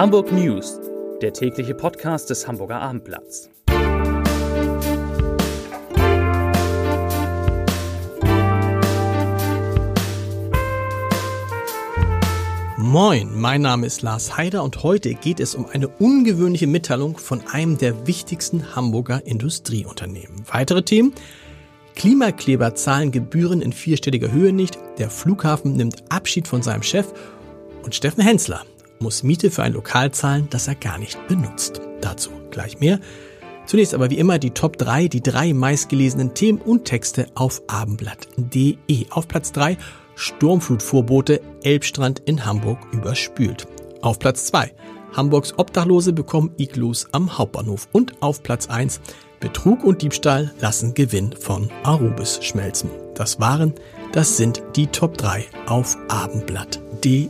Hamburg News, der tägliche Podcast des Hamburger Abendblatts. Moin, mein Name ist Lars Heider und heute geht es um eine ungewöhnliche Mitteilung von einem der wichtigsten Hamburger Industrieunternehmen. Weitere Themen: Klimakleber zahlen Gebühren in vierstelliger Höhe nicht, der Flughafen nimmt Abschied von seinem Chef und Steffen Hensler muss Miete für ein Lokal zahlen, das er gar nicht benutzt. Dazu gleich mehr. Zunächst aber wie immer die Top 3, die 3 meistgelesenen Themen und Texte auf abendblatt.de. Auf Platz 3: Sturmflutvorbote, Elbstrand in Hamburg überspült. Auf Platz 2: Hamburgs Obdachlose bekommen Iglus am Hauptbahnhof. Und auf Platz 1: Betrug und Diebstahl lassen Gewinn von Arubis schmelzen. Das sind die Top 3 auf abendblatt.de.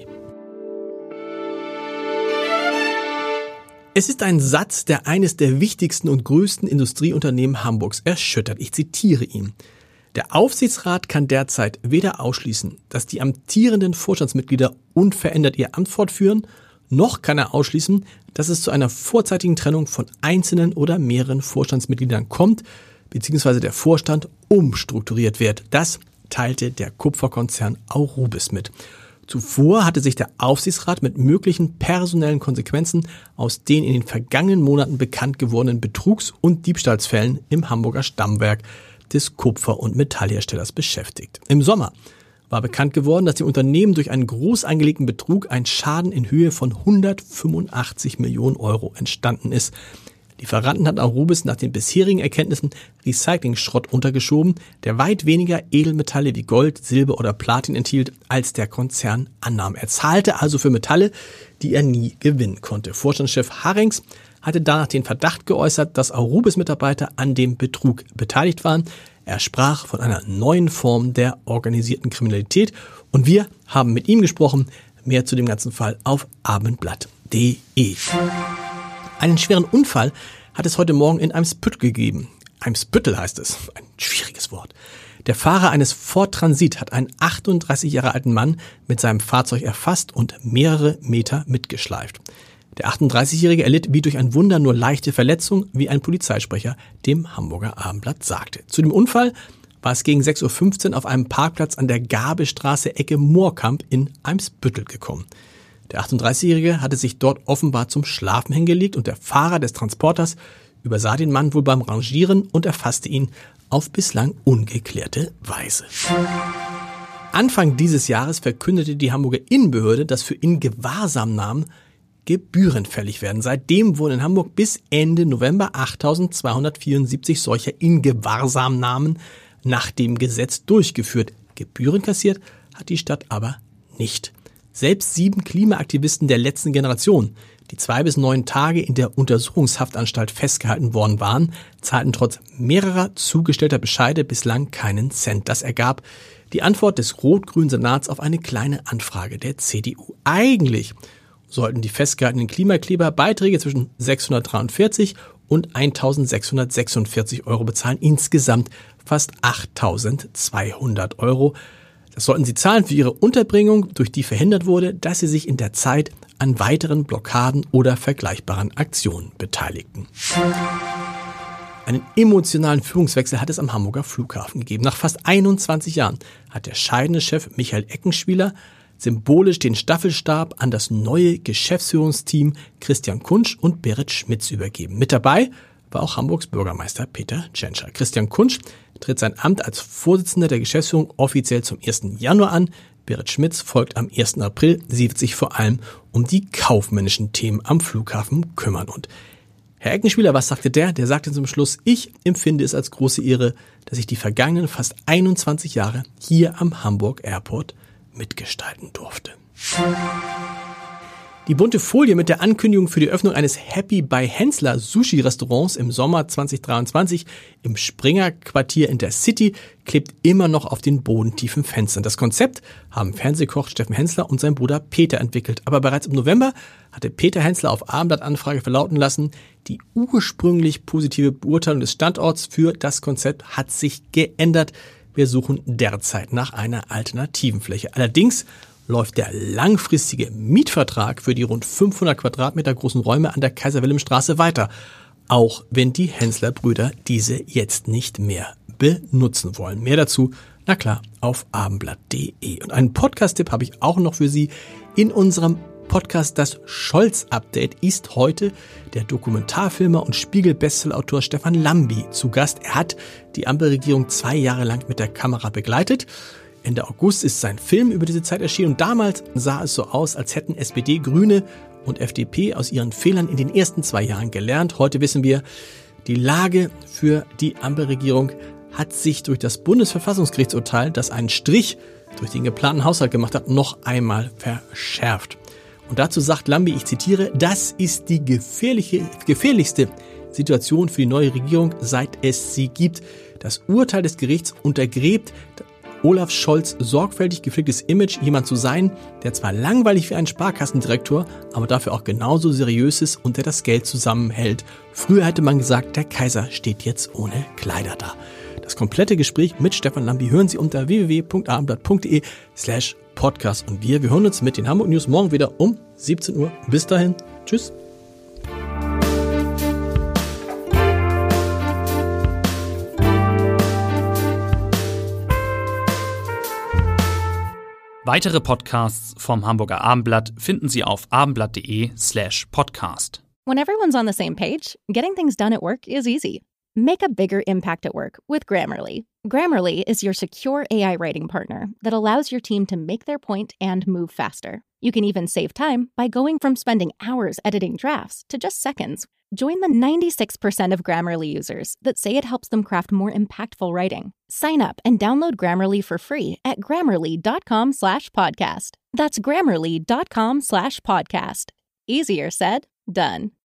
Es ist ein Satz, der eines der wichtigsten und größten Industrieunternehmen Hamburgs erschüttert. Ich zitiere ihn: Der Aufsichtsrat kann derzeit weder ausschließen, dass die amtierenden Vorstandsmitglieder unverändert ihr Amt fortführen, noch kann er ausschließen, dass es zu einer vorzeitigen Trennung von einzelnen oder mehreren Vorstandsmitgliedern kommt, bzw. der Vorstand umstrukturiert wird. Das teilte der Kupferkonzern Arubis mit. Zuvor hatte sich der Aufsichtsrat mit möglichen personellen Konsequenzen aus den in den vergangenen Monaten bekannt gewordenen Betrugs- und Diebstahlsfällen im Hamburger Stammwerk des Kupfer- und Metallherstellers beschäftigt. Im Sommer war bekannt geworden, dass dem Unternehmen durch einen groß angelegten Betrug ein Schaden in Höhe von 185 Millionen Euro entstanden ist. Lieferanten hat Arubis nach den bisherigen Erkenntnissen Recycling-Schrott untergeschoben, der weit weniger Edelmetalle wie Gold, Silber oder Platin enthielt, als der Konzern annahm. Er zahlte also für Metalle, die er nie gewinnen konnte. Vorstandschef Harrings hatte danach den Verdacht geäußert, dass Arubis-Mitarbeiter an dem Betrug beteiligt waren. Er sprach von einer neuen Form der organisierten Kriminalität und wir haben mit ihm gesprochen. Mehr zu dem ganzen Fall auf abendblatt.de. Einen schweren Unfall hat es heute Morgen in Eimsbüttel gegeben. Eimsbüttel heißt es, ein schwieriges Wort. Der Fahrer eines Ford Transit hat einen 38 Jahre alten Mann mit seinem Fahrzeug erfasst und mehrere Meter mitgeschleift. Der 38-Jährige erlitt wie durch ein Wunder nur leichte Verletzungen, wie ein Polizeisprecher dem Hamburger Abendblatt sagte. Zu dem Unfall war es gegen 6.15 Uhr auf einem Parkplatz an der Gabestraße Ecke Moorkamp in Eimsbüttel gekommen. Der 38-Jährige hatte sich dort offenbar zum Schlafen hingelegt und der Fahrer des Transporters übersah den Mann wohl beim Rangieren und erfasste ihn auf bislang ungeklärte Weise. Anfang dieses Jahres verkündete die Hamburger Innenbehörde, dass für Ingewahrsamnahmen Gebühren fällig werden. Seitdem wurden in Hamburg bis Ende November 8.274 solcher Ingewahrsamnahmen nach dem Gesetz durchgeführt. Gebühren kassiert hat die Stadt aber nicht. Selbst 7 Klimaaktivisten der letzten Generation, die 2 bis 9 Tage in der Untersuchungshaftanstalt festgehalten worden waren, zahlten trotz mehrerer zugestellter Bescheide bislang keinen Cent. Das ergab die Antwort des rot-grünen Senats auf eine kleine Anfrage der CDU. Eigentlich sollten die festgehaltenen Klimakleber Beiträge zwischen 643 und 1.646 Euro bezahlen, insgesamt fast 8.200 Euro. Das sollten sie zahlen für ihre Unterbringung, durch die verhindert wurde, dass sie sich in der Zeit an weiteren Blockaden oder vergleichbaren Aktionen beteiligten. Einen emotionalen Führungswechsel hat es am Hamburger Flughafen gegeben. Nach fast 21 Jahren hat der scheidende Chef Michael Eckenschwiler symbolisch den Staffelstab an das neue Geschäftsführungsteam Christian Kunsch und Berit Schmitz übergeben. Mit dabei war auch Hamburgs Bürgermeister Peter Tschentscher. Christian Kunsch tritt sein Amt als Vorsitzender der Geschäftsführung offiziell zum 1. Januar an. Berit Schmitz folgt am 1. April. Sie wird sich vor allem um die kaufmännischen Themen am Flughafen kümmern. Und Herr Eckenschwiler, was sagte der? Der sagte zum Schluss: Ich empfinde es als große Ehre, dass ich die vergangenen fast 21 Jahre hier am Hamburg Airport mitgestalten durfte. Die bunte Folie mit der Ankündigung für die Öffnung eines Happy by Hensler Sushi-Restaurants im Sommer 2023 im Springer-Quartier in der City klebt immer noch auf den bodentiefen Fenstern. Das Konzept haben Fernsehkoch Steffen Hensler und sein Bruder Peter entwickelt. Aber bereits im November hatte Peter Hensler auf Abendblatt-Anfrage verlauten lassen, die ursprünglich positive Beurteilung des Standorts für das Konzept hat sich geändert. Wir suchen derzeit nach einer alternativen Fläche. Allerdings läuft der langfristige Mietvertrag für die rund 500 Quadratmeter großen Räume an der Kaiser-Wilhelm-Straße weiter, auch wenn die Hensler-Brüder diese jetzt nicht mehr benutzen wollen. Mehr dazu, na klar, auf abendblatt.de. Und einen Podcast-Tipp habe ich auch noch für Sie. In unserem Podcast Das Scholz-Update ist heute der Dokumentarfilmer und Spiegel-Bestsellerautor Stefan Lambi zu Gast. Er hat die Ampelregierung 2 Jahre lang mit der Kamera begleitet. Ende August ist sein Film über diese Zeit erschienen und damals sah es so aus, als hätten SPD, Grüne und FDP aus ihren Fehlern in den ersten 2 Jahren gelernt. Heute wissen wir, die Lage für die Ampelregierung hat sich durch das Bundesverfassungsgerichtsurteil, das einen Strich durch den geplanten Haushalt gemacht hat, noch einmal verschärft. Und dazu sagt Lambi, ich zitiere, das ist die gefährlichste Situation für die neue Regierung, seit es sie gibt. Das Urteil des Gerichts untergräbt Olaf Scholz' sorgfältig gepflegtes Image, jemand zu sein, der zwar langweilig wie ein Sparkassendirektor, aber dafür auch genauso seriös ist und der das Geld zusammenhält. Früher hätte man gesagt, der Kaiser steht jetzt ohne Kleider da. Das komplette Gespräch mit Stefan Lambi hören Sie unter www.abendblatt.de/podcast. Und wir hören uns mit den Hamburg News morgen wieder um 17 Uhr. Bis dahin. Tschüss. Weitere Podcasts vom Hamburger Abendblatt finden Sie auf abendblatt.de/podcast. When everyone's on the same page, getting things done at work is easy. Make a bigger impact at work with Grammarly. Grammarly is your secure AI writing partner that allows your team to make their point and move faster. You can even save time by going from spending hours editing drafts to just seconds. Join the 96% of Grammarly users that say it helps them craft more impactful writing. Sign up and download Grammarly for free at Grammarly.com/podcast. That's Grammarly.com/podcast. Easier said, done.